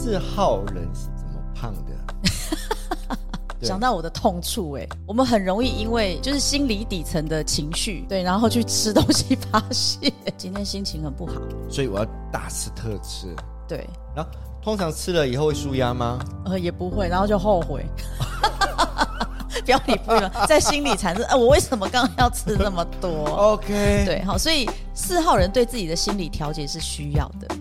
4号人是怎么胖的？ 想到我的痛处我们很容易因为就是心理底层的情绪，对，然后去吃东西发泄。今天心情很不好， 所以我要大吃特吃。 对， 然后通常吃了以后会舒压吗？ 也不会，然后就后悔。表里不一在心里产生我为什么刚刚要吃那么多 ？OK， 对，好，所以4号人对自己的心理调节是需要的。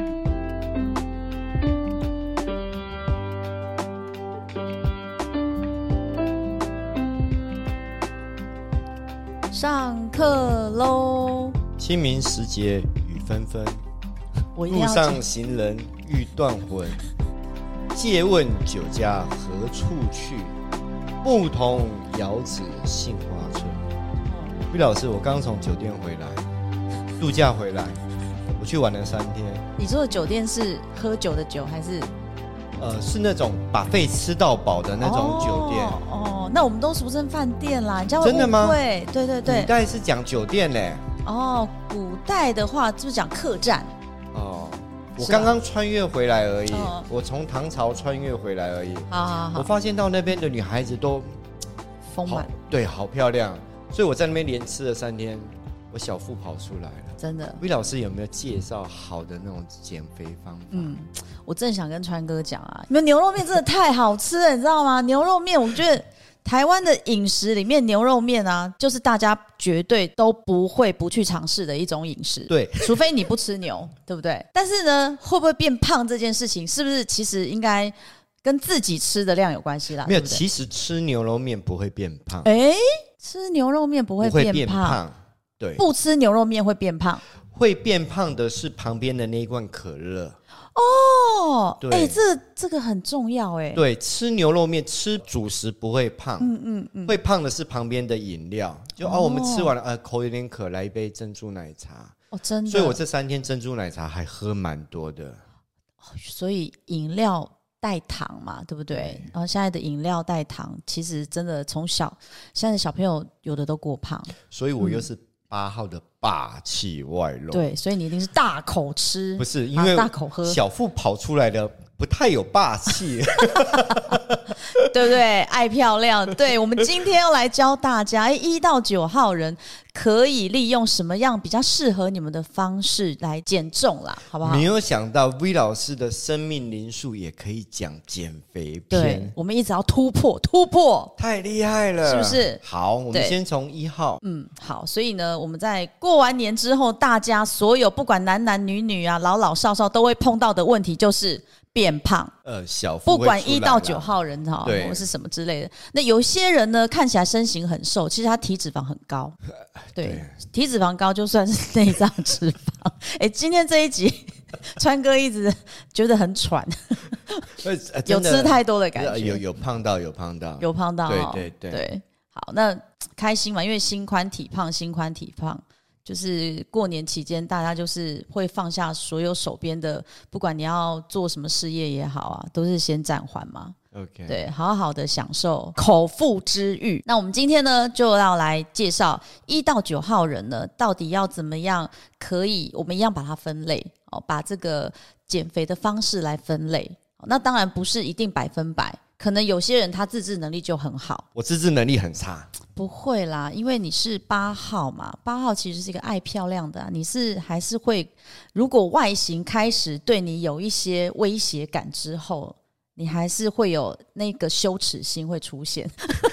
上课喽！ 清明时节雨纷纷，路上行人欲断魂。借问酒家何处去？牧童遥指杏花村。魏老师，我刚从酒店回来，度假回来，我去玩了3天。 你说的酒店是喝酒的酒还是？ 是那种buffet吃到饱的那种酒店。 那我们都俗称饭店啦，你知道真的吗？ 对对对对， 古代是讲酒店嘞。 古代的话就是讲客栈。 我刚刚穿越回来而已，我从唐朝穿越回来而已。 好， 我发现到那边的女孩子都丰满， 对，好漂亮，所以我在那边连吃了3天，我小腹跑出来了。 真的。 魏老师有没有介绍好的那种减肥方法？ 我正想跟川哥讲啊，你们牛肉面真的太好吃了，你知道吗？牛肉面，我觉得台湾的饮食里面牛肉面啊，就是大家绝对都不会不去尝试的一种饮食。 对， 除非你不吃牛，对不对？但是呢，会不会变胖这件事情，是不是其实应该跟自己吃的量有关系啦？ 没有， 对对， 其实吃牛肉面不会变胖。 吃牛肉面不会变胖， 对， 不吃牛肉面会变胖。 会变胖的是旁边的那一罐可乐。对， 这个很重要对，吃牛肉面吃主食不会胖，会胖的是旁边的饮料。就我们吃完了口有点渴，来一杯珍珠奶茶。 真的。 所以我这3天珍珠奶茶还喝蛮多的。 所以饮料带糖嘛，对不对？然后现在的饮料带糖，其实真的现在的小朋友有的都过胖。 所以我又是8号的霸气外露。 对，所以你一定是大口吃， 不是因为大口喝， 小腹跑出来的不太有霸气。 对不对？爱漂亮。对，我们今天要来教大家1到9号人可以利用什么样比较适合你们的方式来减重啦，好不好？ 没有想到 V 老师的生命灵数也可以讲减肥篇。 对，我们一直要突破， 太厉害了， 是不是？ 好，我们先从1号。 好，所以呢，我们在过完年之后，大家所有不管男男女女啊，老老少少都会碰到的问题就是变胖。 小腹不管1到9号人哈，或是什么之类的。那有些人呢，看起来身形很瘦，其实他体脂肪很高。对，体脂肪高就算是内脏脂肪。今天这一集川哥一直觉得很喘，有吃太多的感觉。 有胖到， 对。好，那开心嘛，因为心宽体胖。就是过年期间，大家就是会放下所有手边的，不管你要做什么事业也好啊，都是先暂缓嘛。 OK， 对，好好的享受口腹之欲。那我们今天呢，就要来介绍1到9号人呢，到底要怎么样可以，我们一样把它分类把这个减肥的方式来分类。那当然不是一定100%，可能有些人他自制能力就很好。 我自制能力很差。 不会啦，因为你是8号嘛，8号其实是一个爱漂亮的你还是会，如果外形开始对你有一些威胁感之后，你还是会有那个羞耻心会出现。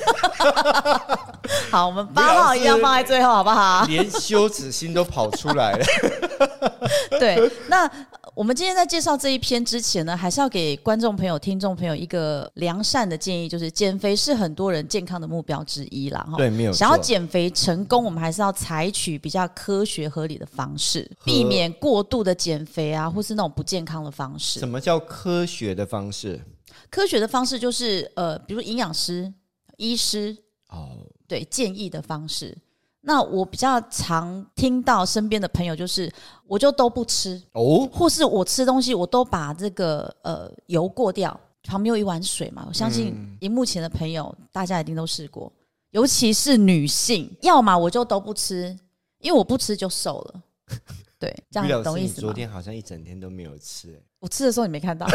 好，我们8号一定要放在最后好不好？ 连羞耻心都跑出来了。 对，那我们今天在介绍这一篇之前呢，还是要给观众朋友、听众朋友一个良善的建议，就是减肥是很多人健康的目标之一啦。 对，没有错。 想要减肥成功，我们还是要采取比较科学合理的方式，避免过度的减肥啊，或是那种不健康的方式。 什么叫科学的方式？ 科学的方式就是比如营养师、医师对建议的方式。那我比较常听到身边的朋友就是我就都不吃或是我吃东西我都把这个油过掉，旁边有一碗水嘛，我相信荧幕前的朋友大家一定都试过，尤其是女性，要么我就都不吃，因为我不吃就瘦了。 对，这样懂意思吗？ 你昨天好像一整天都没有吃， 我吃的时候你没看到。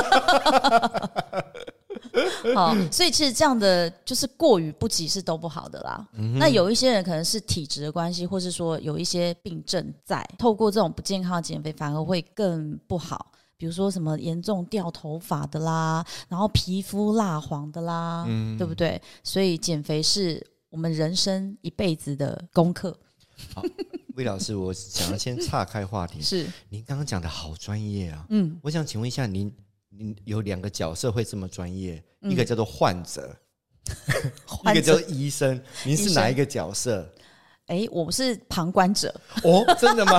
好，所以其实这样的就是过于不及是都不好的啦。那有一些人可能是体质的关系，或是说有一些病症在，透过这种不健康的减肥反而会更不好。比如说什么严重掉头发的啦，然后皮肤蜡黄的啦，对不对？所以减肥是我们人生一辈子的功课。 好，魏老师，我想要先岔开话题。 是， 您刚刚讲的好专业啊。我想请问一下，您有2个角色会这么专业，一个叫做患者，一个叫做医生。您是哪一个角色？ 我是旁观者。 哦，真的吗？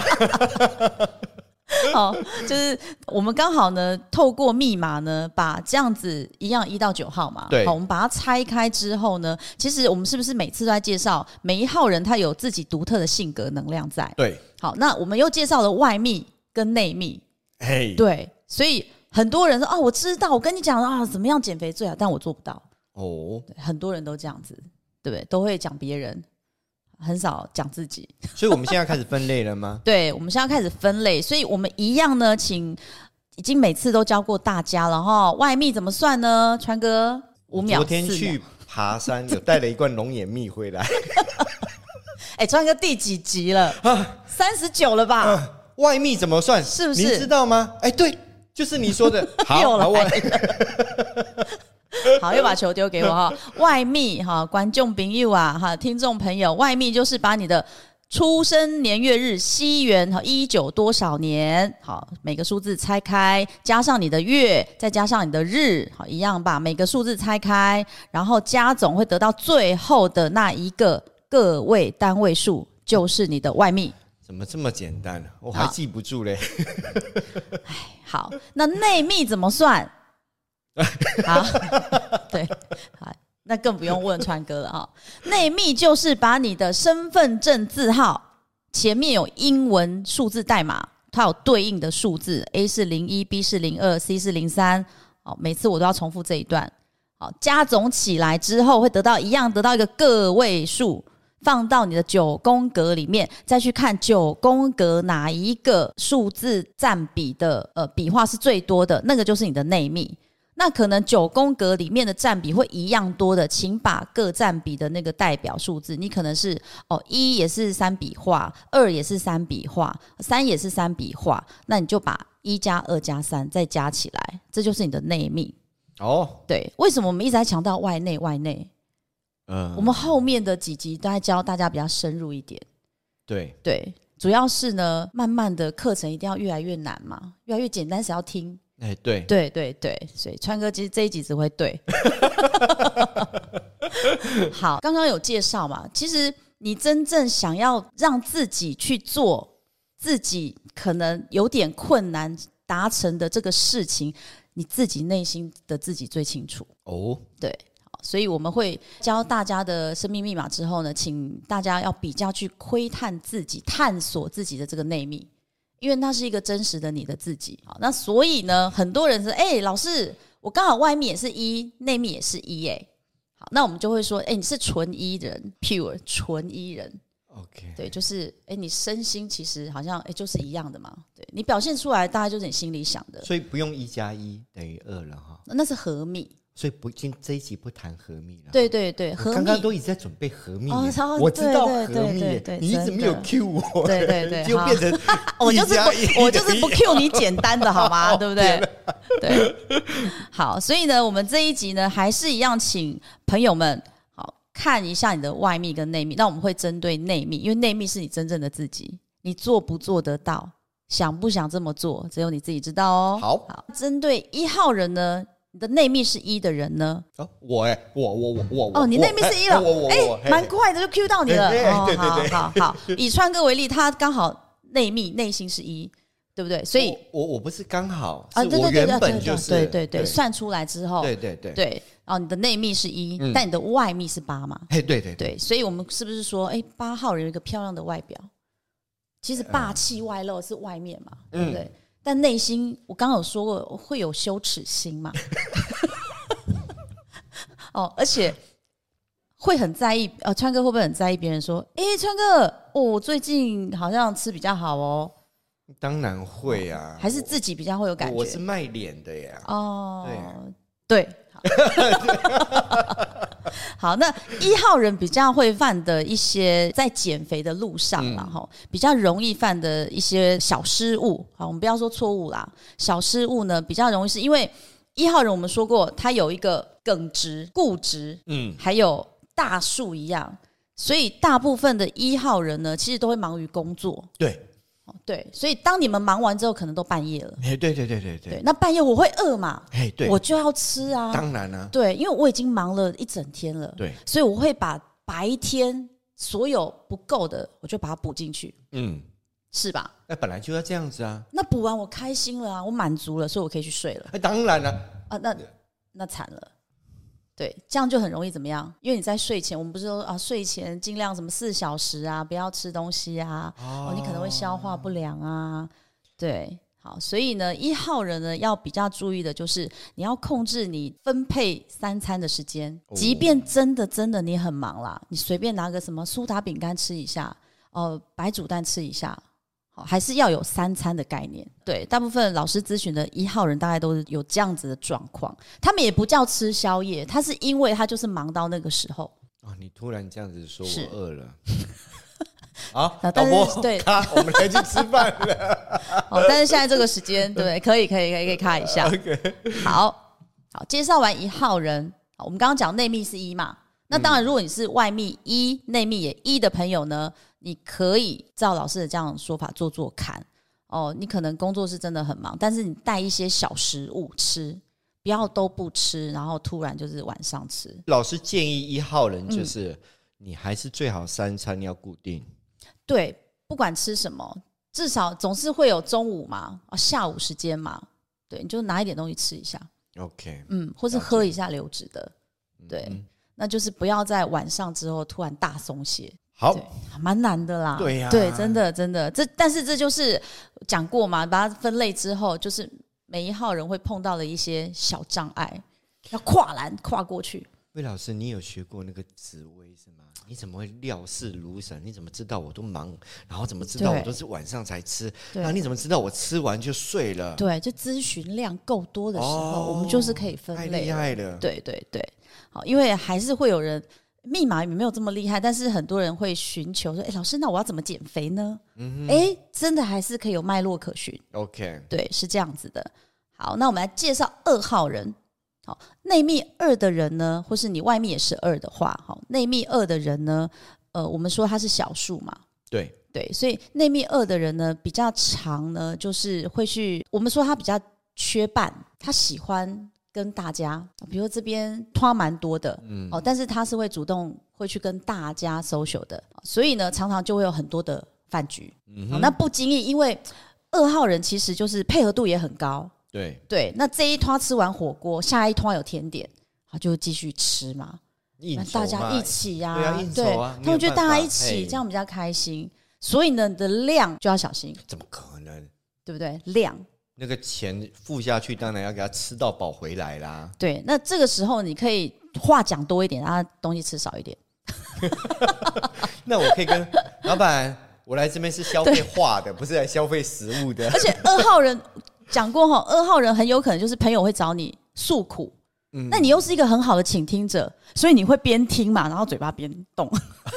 好，就是我们刚好呢，透过密码呢，把这样子一样1到9号嘛， 对， 好，我们把它拆开之后呢，其实我们是不是每次都在介绍每一号人他有自己独特的性格能量在？ 对， 好，那我们又介绍了外秘跟内秘，对，所以很多人说我知道，我跟你讲怎么样减肥最好，但我做不到。很多人都这样子，对不对？都会讲别人。很少讲自己， 所以我们现在开始分类了吗？ 对，我们现在开始分类，所以我们一样呢，已经每次都教过大家了哈。外秘怎么算呢？川哥5秒。 昨天去爬山，有带了一罐龙眼蜜回来。 川哥第几集了？39了吧？ 外秘怎么算？ 是不是？ 您知道吗？对，就是你说的。 又来了。好，又把球丢给我哈。外秘哈，观众朋友啊哈，听众朋友，外秘就是把你的出生年月日西元19多少年，好，每个数字拆开，加上你的月，再加上你的日，好，一样把每个数字拆开，然后加总会得到最后的那一个个位单位数，就是你的外秘。 怎么这么简单呢？我还记不住嘞。 好，那内秘怎么算？好，对，好，那更不用问川哥了哈。内秘就是把你的身份证字号前面有英文数字代码，它有对应的数字 ，A 是01 B 是02 C 是03，好，每次我都要重复这一段，好，加总起来之后会得到一个个位数，放到你的9宫格里面，再去看9宫格哪一个数字占比的笔画是最多的，那个就是你的内秘。那可能9宫格里面的占比会一样多的，请把各占比的那个代表数字，你可能是1也是3笔画，2也是3笔画，3也是3笔画，那你就把1加2加3再加起来，这就是你的内秘。对，为什么我们一直在强调外内？我们后面的几集都在教大家比较深入一点。对，主要是呢，慢慢的课程一定要越来越难嘛，越来越简单，谁要听？对，所以川哥其实这一集只会对。好，刚刚有介绍嘛，其实你真正想要让自己去做自己可能有点困难达成的这个事情，你自己内心的自己最清楚。对，所以我们会教大家的生命密码之后呢，请大家要比较去窥探自己，探索自己的这个内秘。因为那是一个真实的你的自己。好，那所以呢，很多人说老师，我刚好外秘也是1，内秘也是1好，那我们就会说你是纯1人 pure 纯1人。 OK， 对，就是你身心其实好像就是一样的嘛。对，你表现出来大概就是你心里想的， 所以不用1加1等于2了哈。 那是合秘。 所以这一集不谈合秘了。 对，合秘刚刚都一直在准备合秘，我知道合秘，你一直没有 cue 我， 对， 就变成我就是不 cue 你简单的好吗？对不对？对，好，所以呢，我们这一集呢，还是一样，请朋友们好看一下你的外秘跟内秘。那我们会针对内秘，因为内秘是你真正的自己，你做不做得到，想不想这么做，只有你自己知道哦。 好， 针对1号人呢。你的内秘是1的人呢？ 我你内秘是1了，蛮快的就 Q 到你了。 对， 好，以川哥为例，他刚好内心是1，对不对？所以我不是刚好，是我原本就是对，算出来之后，对，然后你的内秘是1，但你的外秘是8嘛？对，所以我们是不是说，8号人有一个漂亮的外表，其实霸气外露是外面嘛，对不对？但内心，我刚刚有说过会有羞耻心嘛？而且会很在意。川哥会不会很在意别人说，川哥，我最近好像吃比较好哦？ 当然会啊， 还是自己比较会有感觉？ 我是卖脸的呀。 哦，对。好，那1号人比较会犯的一些在减肥的路上啦，比较容易犯的一些小失误，好，我们不要说错误啦，小失误呢比较容易是因为1号人我们说过他有一个耿直、固执，还有大树一样，所以大部分的1号人呢其实都会忙于工作。对，所以当你们忙完之后，可能都半夜了。 对， 那半夜我会饿嘛？ 对， 我就要吃啊。 当然啊， 对，因为我已经忙了一整天了。 对， 所以我会把白天所有不够的，我就把它补进去。是吧？ 那本来就要这样子啊。 那补完我开心了啊，我满足了，所以我可以去睡了。 当然了啊，那惨了。对，这样就很容易怎么样？因为你在睡前，我们不是说啊，睡前尽量什么4小时啊，不要吃东西啊，你可能会消化不良啊。对，好，所以呢，1号人呢要比较注意的就是你要控制你分配3餐的时间，即便真的你很忙啦，你随便拿个什么苏打饼干吃一下，白煮蛋吃一下。还是要有3餐的概念。对，大部分老师咨询的1号人大概都有这样子的状况，他们也不叫吃宵夜，他是因为他就是忙到那个时候。 你突然这样子说，我饿了。好， 导播，对， 我们来去吃饭了。 但是现在这个时间，对，可以卡一下。 Okay. 好，介绍完1号人，我们刚刚讲内密是1嘛，那当然如果你是外密1，内密也1的朋友呢，你可以照老师的这样的说法做看。你可能工作是真的很忙，但是你带一些小食物吃，不要都不吃，然后突然就是晚上吃。 老师建议1号人就是，你还是最好3餐要固定。 对，不管吃什么，至少总是会有中午嘛，下午时间嘛，对，你就拿一点东西吃一下。 OK， 或是喝一下流质的，对，那就是不要在晚上之后突然大松懈。 好， 蛮难的啦。 对呀， 对，真的，但是这就是讲过嘛，把它分类之后，就是每1号人会碰到的一些小障碍，要跨栏跨过去。 魏老师，你有学过那个紫微是吗？你怎么会料事如神？你怎么知道我都忙，然后怎么知道我都是晚上才吃？那你怎么知道我吃完就睡了？ 对，就咨询量够多的时候，我们就是可以分类。 太厉害了！ 对，好，因为还是会有人密码也没有这么厉害，但是很多人会寻求说：“老师，那我要怎么减肥呢？”真的还是可以有脉络可循。 OK， 对，是这样子的。好，那我们来介绍2号人。好，内密2的人呢，或是你外密也是2的话，好，内密2的人呢，我们说他是小数嘛， 对， 所以内密2的人呢，比较常呢，就是会去，我们说他比较缺伴，他喜欢跟大家，比如这边团蛮多的，但是他是会主动会去跟大家 social 的，所以呢，常常就会有很多的饭局，那不经意，因为2号人其实就是配合度也很高。对，那这一团吃完火锅，下一团有甜点，就继续吃嘛，大家一起呀， 对， 他们觉得大家一起这样比较开心，所以呢，你的量就要小心。 怎么可能？ 对不对？量那个钱付下去，当然要给他吃到饱回来啦。 对，那这个时候你可以话讲多一点，让他东西吃少一点。 那我可以跟老板，我来这边是消费话的，不是来消费食物的。 而且2号人。讲过2号人很有可能就是朋友会找你诉苦，那你又是一个很好的倾听者，所以你会边听嘛，然后嘴巴边动。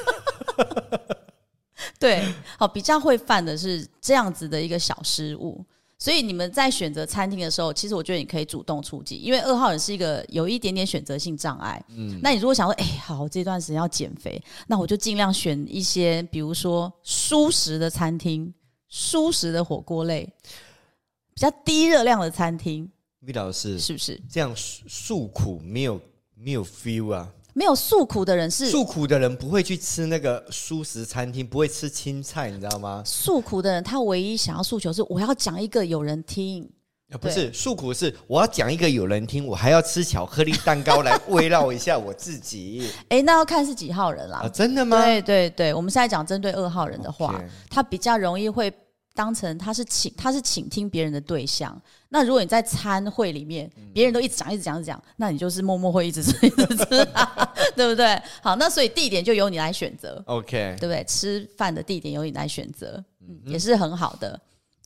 对，好，比较会犯的是这样子的一个小失误。所以你们在选择餐厅的时候，其实我觉得你可以主动出击，因为2号人是一个有一点点选择性障碍。那你如果想说，好，这段时间要减肥，那我就尽量选一些，比如说蔬食的餐厅、蔬食的火锅类。比较低热量的餐厅， 魏老师是不是这样诉苦没有 feel 啊？ 没有诉苦的人是诉苦的人不会去吃那个蔬食餐厅，不会吃青菜，你知道吗？ 诉苦的人他唯一想要诉求是我要讲一个有人听， 不是诉苦是我要讲一个有人听，我还要吃巧克力蛋糕来慰劳一下我自己。 那要看是几号人啦？ 真的吗？ 对，我们现在讲针对2号人的话，他比较容易会。当成他是倾听别人的对象，那如果你在餐会里面，别人都一直讲，那你就是默默会一直吃，对不对？好，那所以地点就由你来选择 ，OK， 对不对？吃饭的地点由你来选择，也是很好的。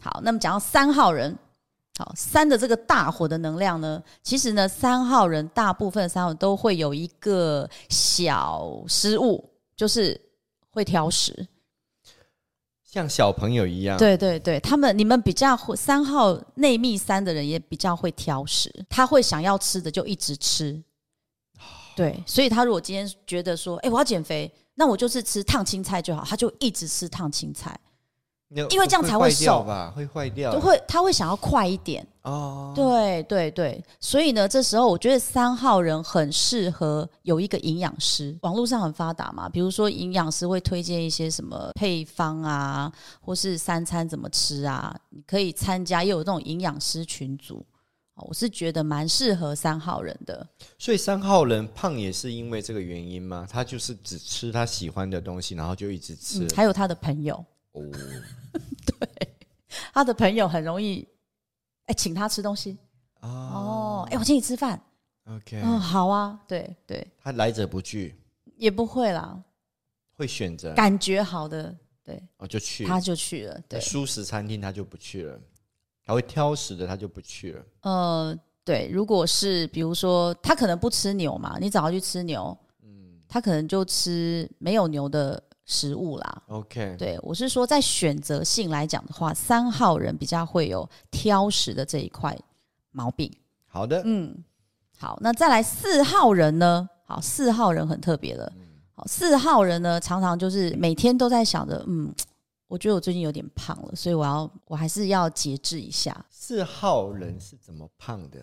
好，那么讲到3号人，好，3的这个大火的能量呢，其实呢，3号人大部分3号人都会有一个小失误，就是会挑食， 像小朋友一样。 对对对，你们比较会3号内密3的人也比较会挑食，他会想要吃的就一直吃。对，所以他如果今天觉得说，我要减肥，那我就是吃烫青菜就好，他就一直吃烫青菜。因为这样才会瘦吧，会坏掉， 他会想要快一点哦。 对对对，所以呢，这时候我觉得3号人很适合有一个营养师，网络上很发达嘛，比如说营养师会推荐一些什么配方啊，或是3餐怎么吃啊，你可以参加，也有这种营养师群组。我是觉得蛮适合3号人的。 所以3号人胖也是因为这个原因吗？他就是只吃他喜欢的东西，然后就一直吃。 还有他的朋友。对，他的朋友很容易请他吃东西。我请你吃饭。 OK。 好啊，对对。 他来者不拒。 也不会啦， 会选择感觉好的，对， 就去， 他就去了。对， 蔬食餐厅他就不去了，他会挑食的他就不去了。 对，如果是比如说他可能不吃牛嘛，你找他去吃牛，他可能就吃没有牛的食物啦。 OK。 对，我是说在选择性来讲的话，3号人比较会有挑食的这一块毛病。 好的。 好，那再来4号人呢？好，4号人很特别了。好，4号人呢，常常就是每天都在想着，我觉得我最近有点胖了，所以我还是要节制一下。 4号人是怎么胖的？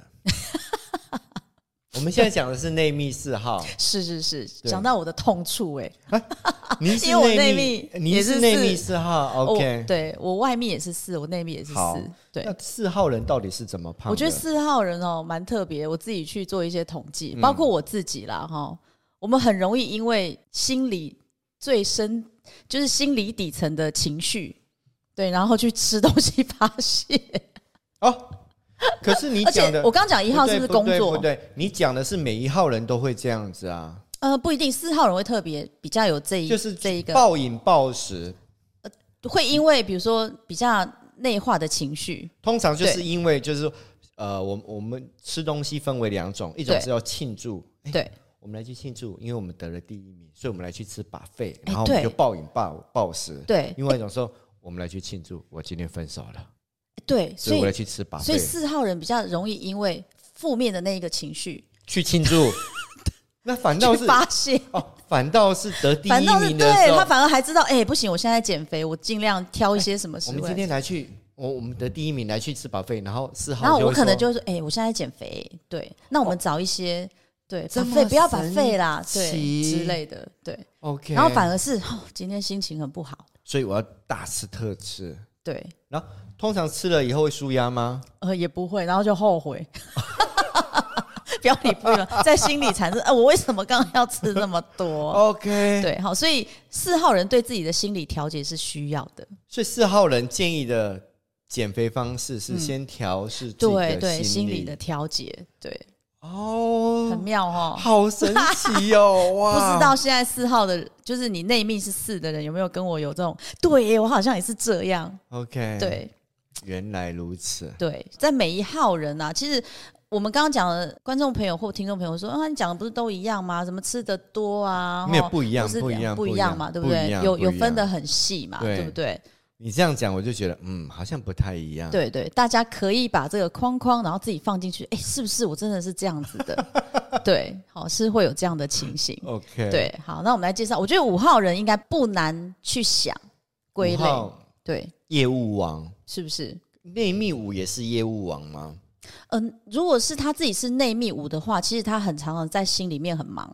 我们现在讲的是内密4号。 是，讲到我的痛处您是因为我内密， 你是内密4号 ，OK？ 对，我外密也是4，我内密也是4。对， 那4号人到底是怎么胖的？ 我觉得4号人蛮特别，我自己去做一些统计，包括我自己啦我们很容易因为心理最深，就是心理底层的情绪，对，然后去吃东西发泄。 可是你讲的， 我刚讲1号是不是工作？ 不对，你讲的是每1号人都会这样子啊。 不一定，4号人会特别比较有就是这一个暴饮暴食， 会因为比如说比较内化的情绪， 通常就是因为就是我们吃东西分为2种，一种是要庆祝， 对， 我们来去庆祝，因为我们得了第1名，所以我们来去吃 buffet，然后我们就暴饮暴食。 对， 另外一种说我们来去庆祝，我今天分手了。 对， 所以我来去吃 buffet。 所以4号人比较容易因为负面的那一个情绪去庆祝。那反倒是发泄反倒是得第1名的时候， 对，他反而还知道不行，我现在减肥，我尽量挑一些什么食物。 我们今天来去我们得第1名来去吃 buffet， 然后4号， 然后我可能就说我现在减肥，对，那我们找一些对 buffet，不要 buffet 啦，对之类的，对 OK。 然后反而是今天心情很不好， 所以我要大吃特吃。 对， 然后通常吃了以后会舒压吗？ 也不会，然后就后悔。表里不一，在心里产生我为什么刚刚要吃那么多 ？OK。 对，好，所以4号人对自己的心理调节是需要的。 所以4号人建议的减肥方式是先调试自己的对心理的调节。对，很妙好神奇哇！ 不知道现在4号的，就是你内密是4的人，有没有跟我有这种？对，我好像也是这样。 OK。 对， 原来如此。 对，在每1号人啊，其实我们刚刚讲的观众朋友或听众朋友说，你讲的不是都一样吗？什么吃的多啊？ 没有，不一样， 不一样嘛，对不对？有分得很细嘛，对不对？ 你这样讲，我就觉得好像不太一样。 对对，大家可以把这个框框，然后自己放进去，是不是我真的是这样子的？对，好，是会有这样的情形。 OK。 对，好，那我们来介绍，我觉得5号人应该不难去想归类。对， 业务王是不是？ 内密5也是业务王吗？ 如果是他自己是内密5的话，其实他很常常在心里面很忙。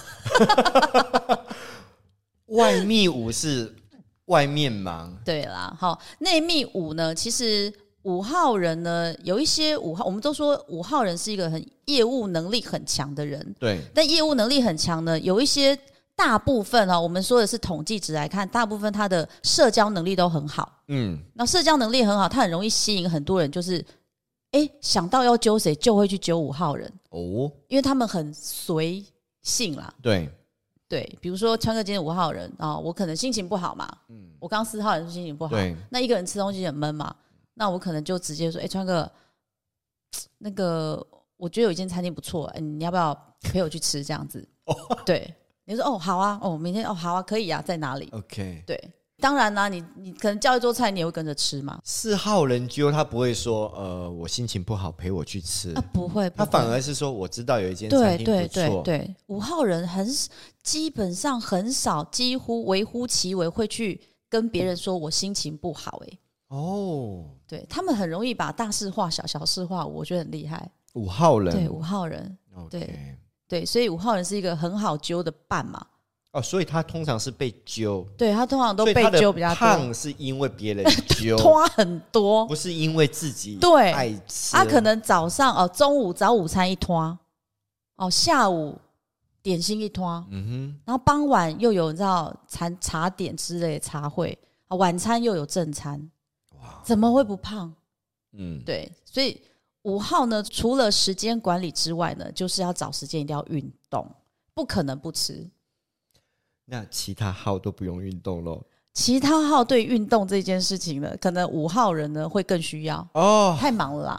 外密5是外面忙。 对啦，好，内密5呢，其实5号人呢，有一些5号，我们都说5号人是一个很业务能力很强的人。 对， 但业务能力很强呢，有一些大部分我们说的是统计值来看，大部分他的社交能力都很好。那社交能力很好，他很容易吸引很多人，就是想到要揪谁就会去揪5号人因为他们很随性啦。对，比如说川哥今天5号人我可能心情不好嘛，我刚4号人心情不好，那一个人吃东西很闷嘛， 那我可能就直接说，川哥，那个我觉得有一间餐厅不错，你要不要陪我去吃这样子？对，你说好啊，明天好啊，可以啊，在哪里 ？OK， 对，当然啦，你可能叫一桌菜，你也会跟着吃嘛。 4号人揪他不会说我心情不好陪我去吃不会， 他反而是说我知道有一间餐厅不错。 对，5号人基本上很少，几乎微乎其微会去跟别人说我心情不好。对，他们很容易把大事化小，小事化无，我觉得很厉害。 5号人， 对，5号人， okay. 对，所以5号人是一个很好揪的伴嘛。 所以他通常是被揪， 对，他通常都被揪比较多。 胖是因为别人揪， 拖很多， 不是因为自己爱吃。 他可能早上中午早午餐一拖，下午点心一拖，然后傍晚又有你知道茶点之类的茶会，晚餐又有正餐，怎么会不胖？对，所以5号呢，除了时间管理之外呢，就是要找时间一定要运动，不可能不吃。 那其他号都不用运动咯？ 其他号对运动这件事情呢，可能5号人呢会更需要太忙了啦。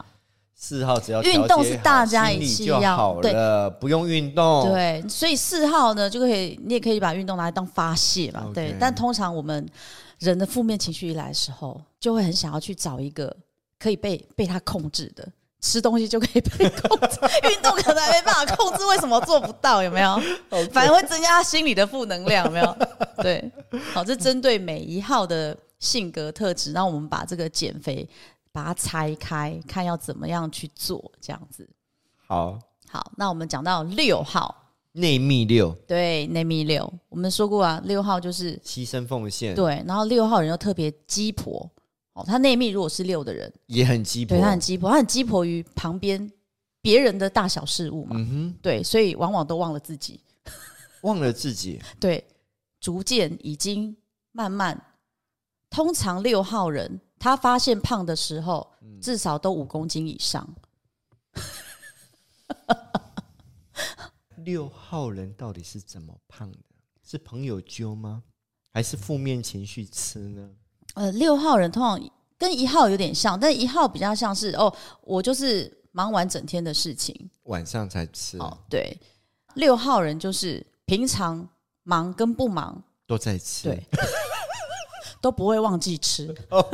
4号只要运动是大家一起要好了，不用运动。 对，所以4号呢就可以，你也可以把运动拿来当发泄嘛。对，但通常我们人的负面情绪一来的时候，就会很想要去找一个可以被他控制的。吃东西就可以被控制，运动可能还没办法控制，为什么做不到？有没有？反而会增加他心理的负能量，有没有？对，好，这针对每一号的性格特质，让我们把这个减肥把它拆开，看要怎么样去做，这样子。好，那我们讲到6号， 内密6， 对，内密6，我们说过啊，6号就是牺牲奉献， 对，然后6号人又特别鸡婆。他内密如果是6的人， 也很鸡婆， 对，他很鸡婆，他很鸡婆于旁边别人的大小事物嘛，对，所以往往都忘了自己，对，逐渐已经慢慢，通常6号人他发现胖的时候，至少都5公斤以上。 6号人到底是怎么胖的？是朋友揪吗？还是负面情绪吃呢 ？6号人通常跟1号有点像，但1号比较像是我就是忙完整天的事情， 晚上才吃。 对，6号人就是平常忙跟不忙都在吃， 对，都不会忘记吃。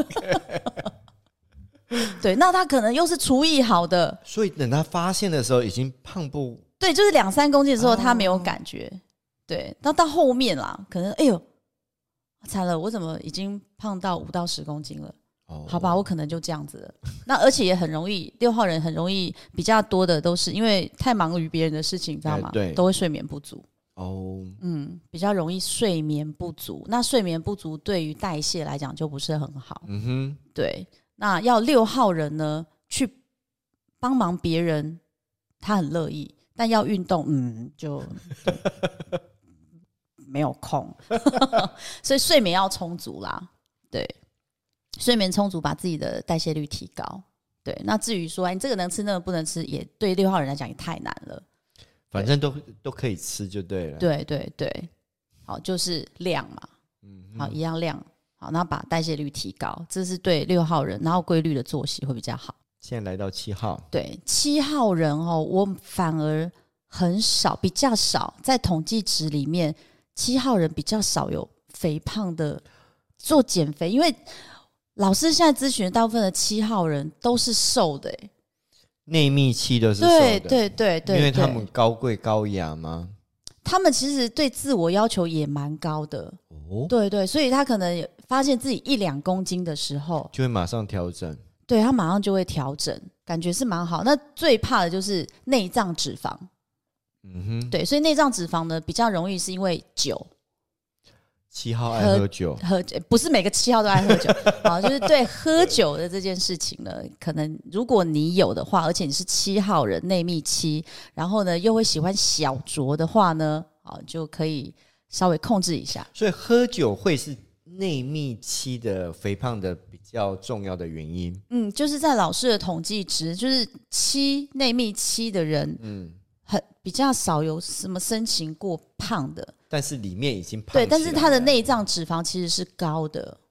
对，那他可能又是厨艺好的， 所以等他发现的时候已经胖不， 对，就是2-3公斤的时候他没有感觉，对，那到后面啦，可能惨了，我怎么已经胖到5到10公斤了？好吧，我可能就这样子了。那而且也很容易，6号人很容易比较多的都是因为太忙于别人的事情，你知道吗？ 对， 都会睡眠不足。比较容易睡眠不足。那睡眠不足对于代谢来讲就不是很好。对。那要6号人呢去帮忙别人，他很乐意，但要运动，就没有空，所以睡眠要充足啦。对，睡眠充足，把自己的代谢率提高。对，那至于说你这个能吃那个不能吃，也对6号人来讲也太难了。 反正都可以吃就对了。 对对对，好，就是量嘛，好，一样量，好，那把代谢率提高，这是对6号人，然后规律的作息会比较好。 现在来到7号， 对7号人我反而很少，比较少在统计值里面，7号人比较少有肥胖的做减肥，因为老师现在咨询大部分的7号人都是瘦的内密7都是瘦的， 对， 因为他们高贵高雅吗？ 他们其实对自我要求也蛮高的，对，所以他可能发现自己1-2公斤的时候， 就会马上调整， 对，他马上就会调整，感觉是蛮好。那最怕的就是内脏脂肪，对，所以内脏脂肪呢比较容易是因为酒。 7号爱喝酒， 不是每个7号都爱喝酒好，就是对喝酒的这件事情呢，可能如果你有的话，而且你是7号人内密7，然后呢又会喜欢小酌的话呢，就可以稍微控制一下。 所以喝酒会是内密7的肥胖的比较重要的原因。 就是在老师的统计值，就是内密7的人，比较少有什么身形过胖的。 但是里面已经胖起来了， 对，但是他的内脏脂肪其实是高的，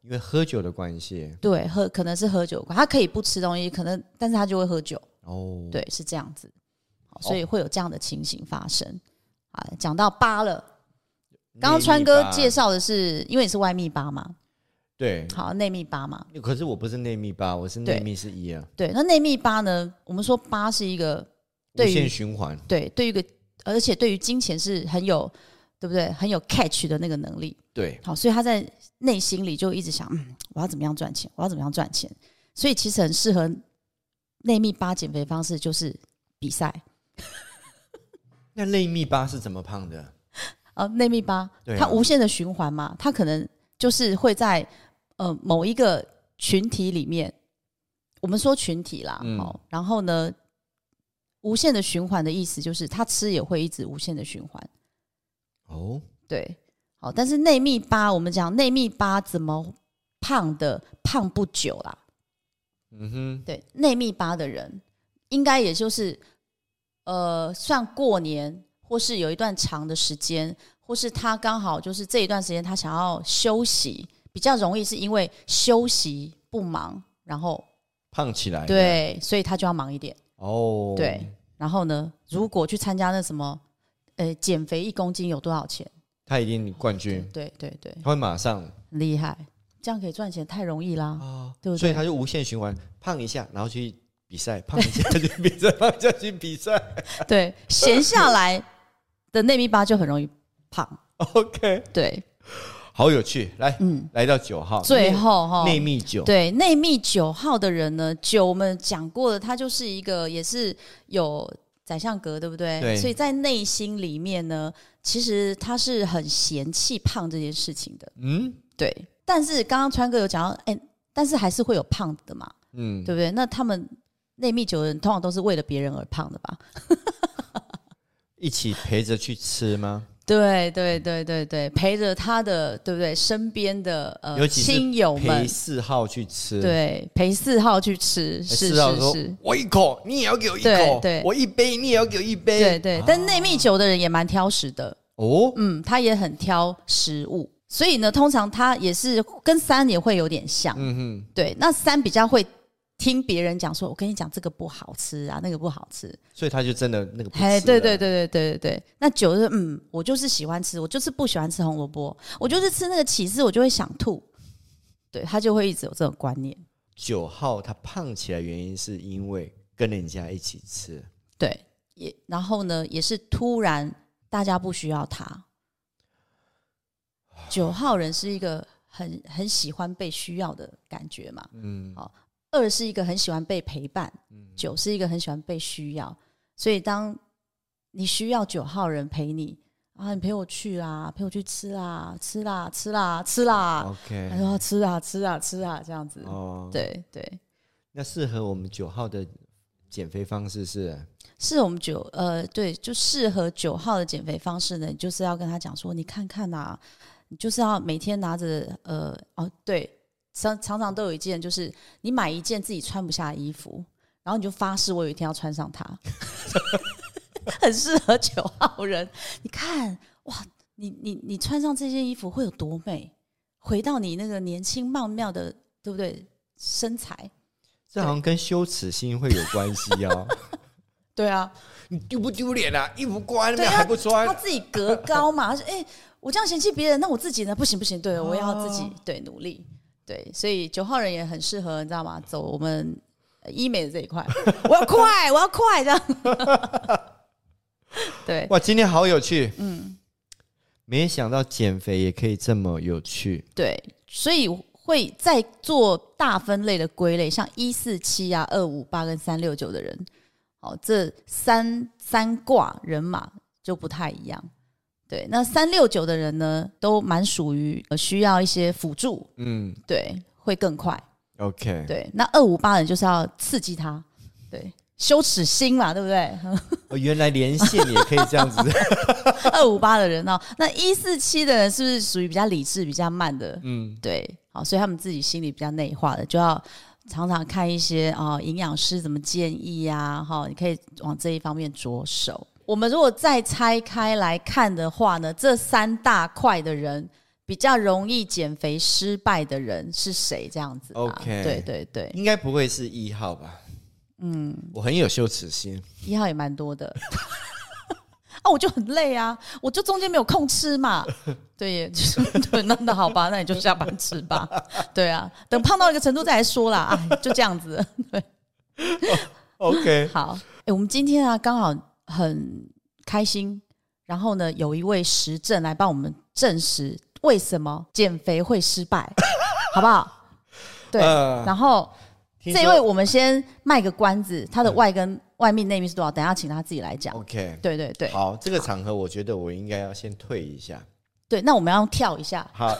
因为喝酒的关系。 对，可能是喝酒，他可以不吃东西，可能但是他就会喝酒。哦，对，是这样子，所以会有这样的情形发生。讲到8了，刚刚川哥介绍的是，因为你是外密8嘛。 对， 好，内密8嘛。 可是我不是内密8，我是内密是1啊。 对，那内密8呢？我们说8是一个无限循环。对， 对于一个，而且对于金钱是很有，对不对？很有 catch 的那个能力。 对， 好，所以他在内心里就一直想，我要怎么样赚钱？我要怎么样赚钱？所以其实很适合内密8减肥方式，就是比赛。 那内密8是怎么胖的？ 内密8，它无限的循环嘛，它可能就是会在某一个群体里面，我们说群体啦，然后呢，无限的循环的意思就是他吃也会一直无限的循环。哦，对，好，但是内密8，我们讲内密8怎么胖的，胖不久啦。对，内密8的人应该也就是算过年，或是有一段长的时间，或是他刚好就是这一段时间他想要休息。比较容易是因为休息不忙，然后胖起来。 对，所以他就要忙一点。 哦， 对，然后呢，如果去参加那什么，减肥1公斤有多少钱？ 他一定冠军。 对对对， 他会马上很厉害，这样可以赚钱，太容易啦，对不对？ 所以他就无限循环，胖一下，然后去比赛，胖一下去比赛，胖一下去比赛。 对，闲下来的内密8就很容易胖。 OK， 对。 好有趣，来到9号， 最后内密9， 对，内密9号的人呢，9我们讲过了，他就是一个也是有宰相格，对不对？ 对， 所以在内心里面呢，其实他是很嫌弃胖这件事情的，对。但是刚刚川哥有讲到，但是还是会有胖的嘛，对不对？那他们内密9的人通常都是为了别人而胖的吧？ 一起陪着去吃吗？ 对对对对对，陪着他的对不对？身边的亲友们， 陪4号去吃， 对，陪4号去吃，是 4 是， 我1口，你也要给我1口， 对， 我1杯，你也要给我1杯， 对对。但内密9的人也蛮挑食的哦，他也很挑食物，所以呢，通常他也是跟3也会有点像，对。那3比较会听别人讲说，我跟你讲这个不好吃啊，那个不好吃， 所以他就真的那个不吃了。 对对对对对对对。那9就是我就是喜欢吃，我就是不喜欢吃红萝卜，我就是吃那个起司我就会想吐，对，他就会一直有这种观念。 9号他胖起来原因是因为跟人家一起吃， 对，然后呢也是突然大家不需要他。9号人是一个很喜欢被需要的感觉嘛，好。2是一个很喜欢被陪伴，9是一个很喜欢被需要，所以当你需要9号人陪你啊，你陪我去啦，陪我去吃啦，吃啦，吃啦，吃啦 ，OK， 他说吃啊，吃啊，吃啊，这样子，对对。 那适合我们9号的减肥方式是我们对，就适合9号的减肥方式呢，你就是要跟他讲说，你看看啊，你就是要每天拿着对。常常都有一件，就是你买一件自己穿不下的衣服，然后你就发誓我有一天要穿上它，很适合9号人。你看，哇，你穿上这件衣服会有多美？回到你那个年轻曼妙的，对不对？身材， 这好像跟羞耻心会有关系哦。 对啊， 你丢不丢脸啊？衣服挂在那边还不穿， 他自己格高嘛，他说我这样嫌弃别人，那我自己呢？不行不行，对，我要自己对努力。对，所以9号人也很适合，你知道吗？走我们医美的这一块，我要快，这样。对， 哇，今天好有趣，没想到减肥也可以这么有趣。 对，所以会在做大分类的归类，像147啊、258跟369的人，这三卦人马就不太一样。对，那369的人呢，都蛮属于需要一些辅助，对，会更快。 OK， 对，那258人就是要刺激他，对，羞耻心嘛，对不对？ 原来连线也可以这样子。 258的人那147的人是不是属于比较理智、比较慢的？对，好，所以他们自己心里比较内化的，就要常常看一些营养师怎么建议啊，你可以往这一方面着手。我们如果再拆开来看的话呢，这3大块的人比较容易减肥失败的人是谁这样子。 OK， 对对对， 应该不会是1号吧？我很有羞耻心。 1号也蛮多的啊，我就很累啊，我就中间没有空吃嘛。对耶，对，那好吧，那你就下班吃吧。对啊，等胖到一个程度再来说啦。就这样子。对 ，OK， 好，我们今天啊刚好很开心，然后呢有一位实证来帮我们证实为什么减肥会失败，好不好？对，然后这一位我们先卖个关子，他的外跟外面内密是多少？等一下请他自己来讲。 OK， 对对对， 好，这个场合我觉得我应该要先退一下。 对，那我们要跳一下。 好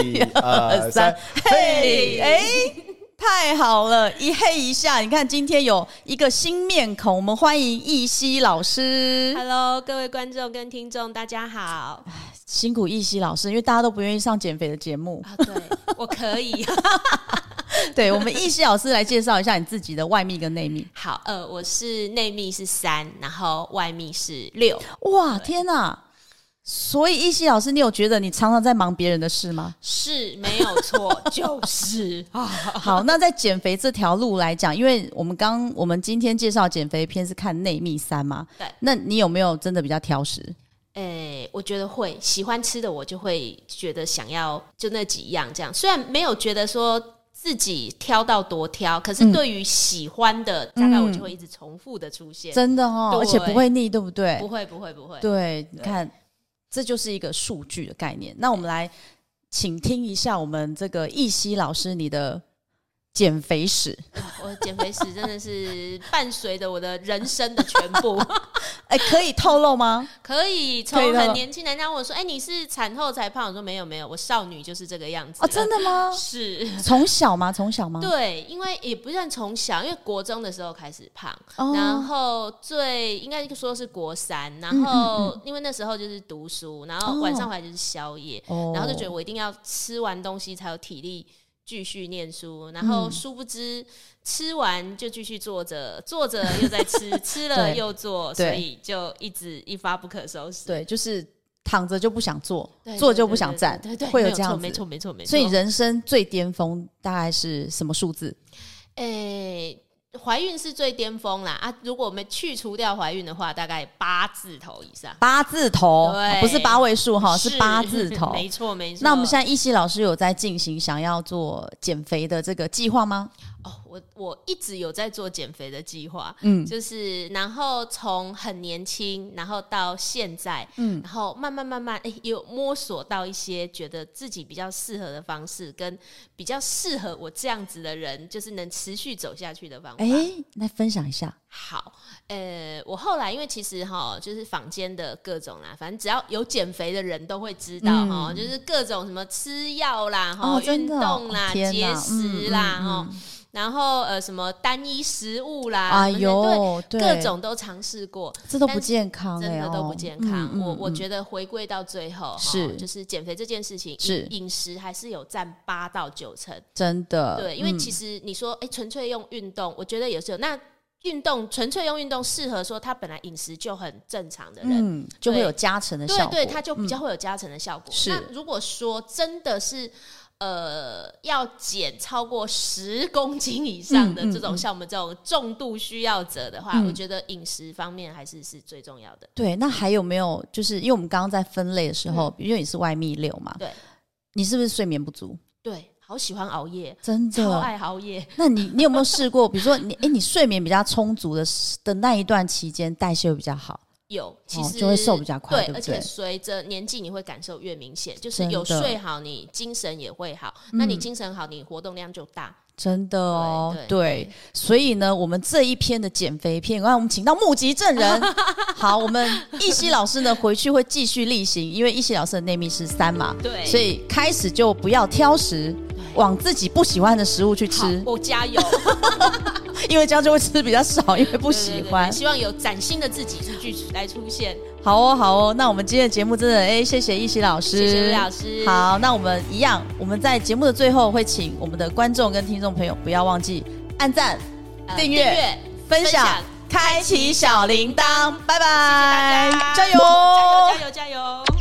，1、2、3， 嘿，太好了，一嘿一下。你看今天有一个新面孔，我们欢迎易希老师。 Hello， 各位观众跟听众，大家好。 辛苦易希老师，因为大家都不愿意上减肥的节目。 对，我可以。 对，我们易希老师来介绍一下你自己的外密跟内密。 好，我是内密是3，然后外密是6。 哇，天哪！所以易希老师，你有觉得你常常在忙别人的事吗？ 是没有错，就是好，那在减肥这条路来讲，因为我们今天介绍减肥篇是看内密3嘛， 对， 那你有没有真的比较挑食？ 我觉得会喜欢吃的，我就会觉得想要就那几样这样。虽然没有觉得说自己挑到多挑，可是对于喜欢的，大概我就会一直重复的出现。 真的哦，而且不会腻，对不对？ 不会。 对，你看，这就是一个数据的概念。那我们来请听一下我们这个易希老师你的减肥史。 我的减肥史真的是伴随着我的人生的全部。 可以透露吗？ 可以，从很年轻人家问我说：“你是产后才胖？”我说：“没有，我少女就是这个样子。” 真的吗？ 是从小吗？对， 因为也不算从小，因为国中的时候开始胖，然后应该说是国3，然后因为那时候就是读书，然后晚上回来就是宵夜，然后就觉得我一定要吃完东西才有体力继续念书，然后殊不知吃完就继续坐着，坐着又在吃，吃了又坐，所以就一直一发不可收拾。 对，就是躺着就不想坐，坐就不想站， 对， 会有这样子。 没错。 所以人生最巅峰大概是什么数字？ 怀孕是最巅峰啦如果我们去除掉怀孕的话，大概8字头以上。 8字头，不是8位数哈，是8字头。 没错。 那我们现在易希老师有在进行想要做减肥的这个计划吗？ 我一直有在做减肥的计划，就是然后从很年轻，然后到现在，然后慢慢有摸索到一些觉得自己比较适合的方式，跟比较适合我这样子的人，就是能持续走下去的方法。 来分享一下。 好，我后来因为其实就是坊间的各种啦，反正只要有减肥的人都会知道就是各种什么吃药啦，运动啦，节食啦，然后什么单一食物啦，对，各种都尝试过， 这都不健康， 真的都不健康。我觉得回归到最后就是减肥这件事情，饮食还是有占8到9成， 真的。 对，因为其实你说纯粹用运动，我觉得也是有那。纯粹用运动适合说他本来饮食就很正常的人， 就会有加成的效果。 对，他就比较会有加成的效果。那如果说真的是要减超过10公斤以上的这种，像我们这种重度需要者的话，我觉得饮食方面还是最重要的。 对，那还有没有就是因为我们刚刚在分类的时候，因为你是外密6嘛， 对， 你是不是睡眠不足？ 对。好喜欢熬夜， 真的超爱熬夜。 那你有没有试过？比如说你睡眠比较充足的那一段期间，代谢会比较好？ 有，其实就会瘦比较快，对不对？ 而且随着年纪，你会感受越明显。就是有睡好，你精神也会好。那你精神好，你活动量就大。 真的哦，对，所以呢，我们这一篇的减肥篇，我们请到目击证人。好，我们易希老师呢回去会继续例行，因为易希老师的内密是3嘛， 对， 所以开始就不要挑食，往自己不喜欢的食物去吃。 我加油， 因为这样就会吃比较少，因为不喜欢。 对，希望有崭新的自己来出现。 好哦，那我们今天的节目真的谢谢易希老师， 谢谢老师。 好，那我们一样，我们在节目的最后会请我们的观众跟听众朋友不要忘记按赞、订阅、分享、开启小铃铛，拜拜， 谢谢大家， 加油， 加油！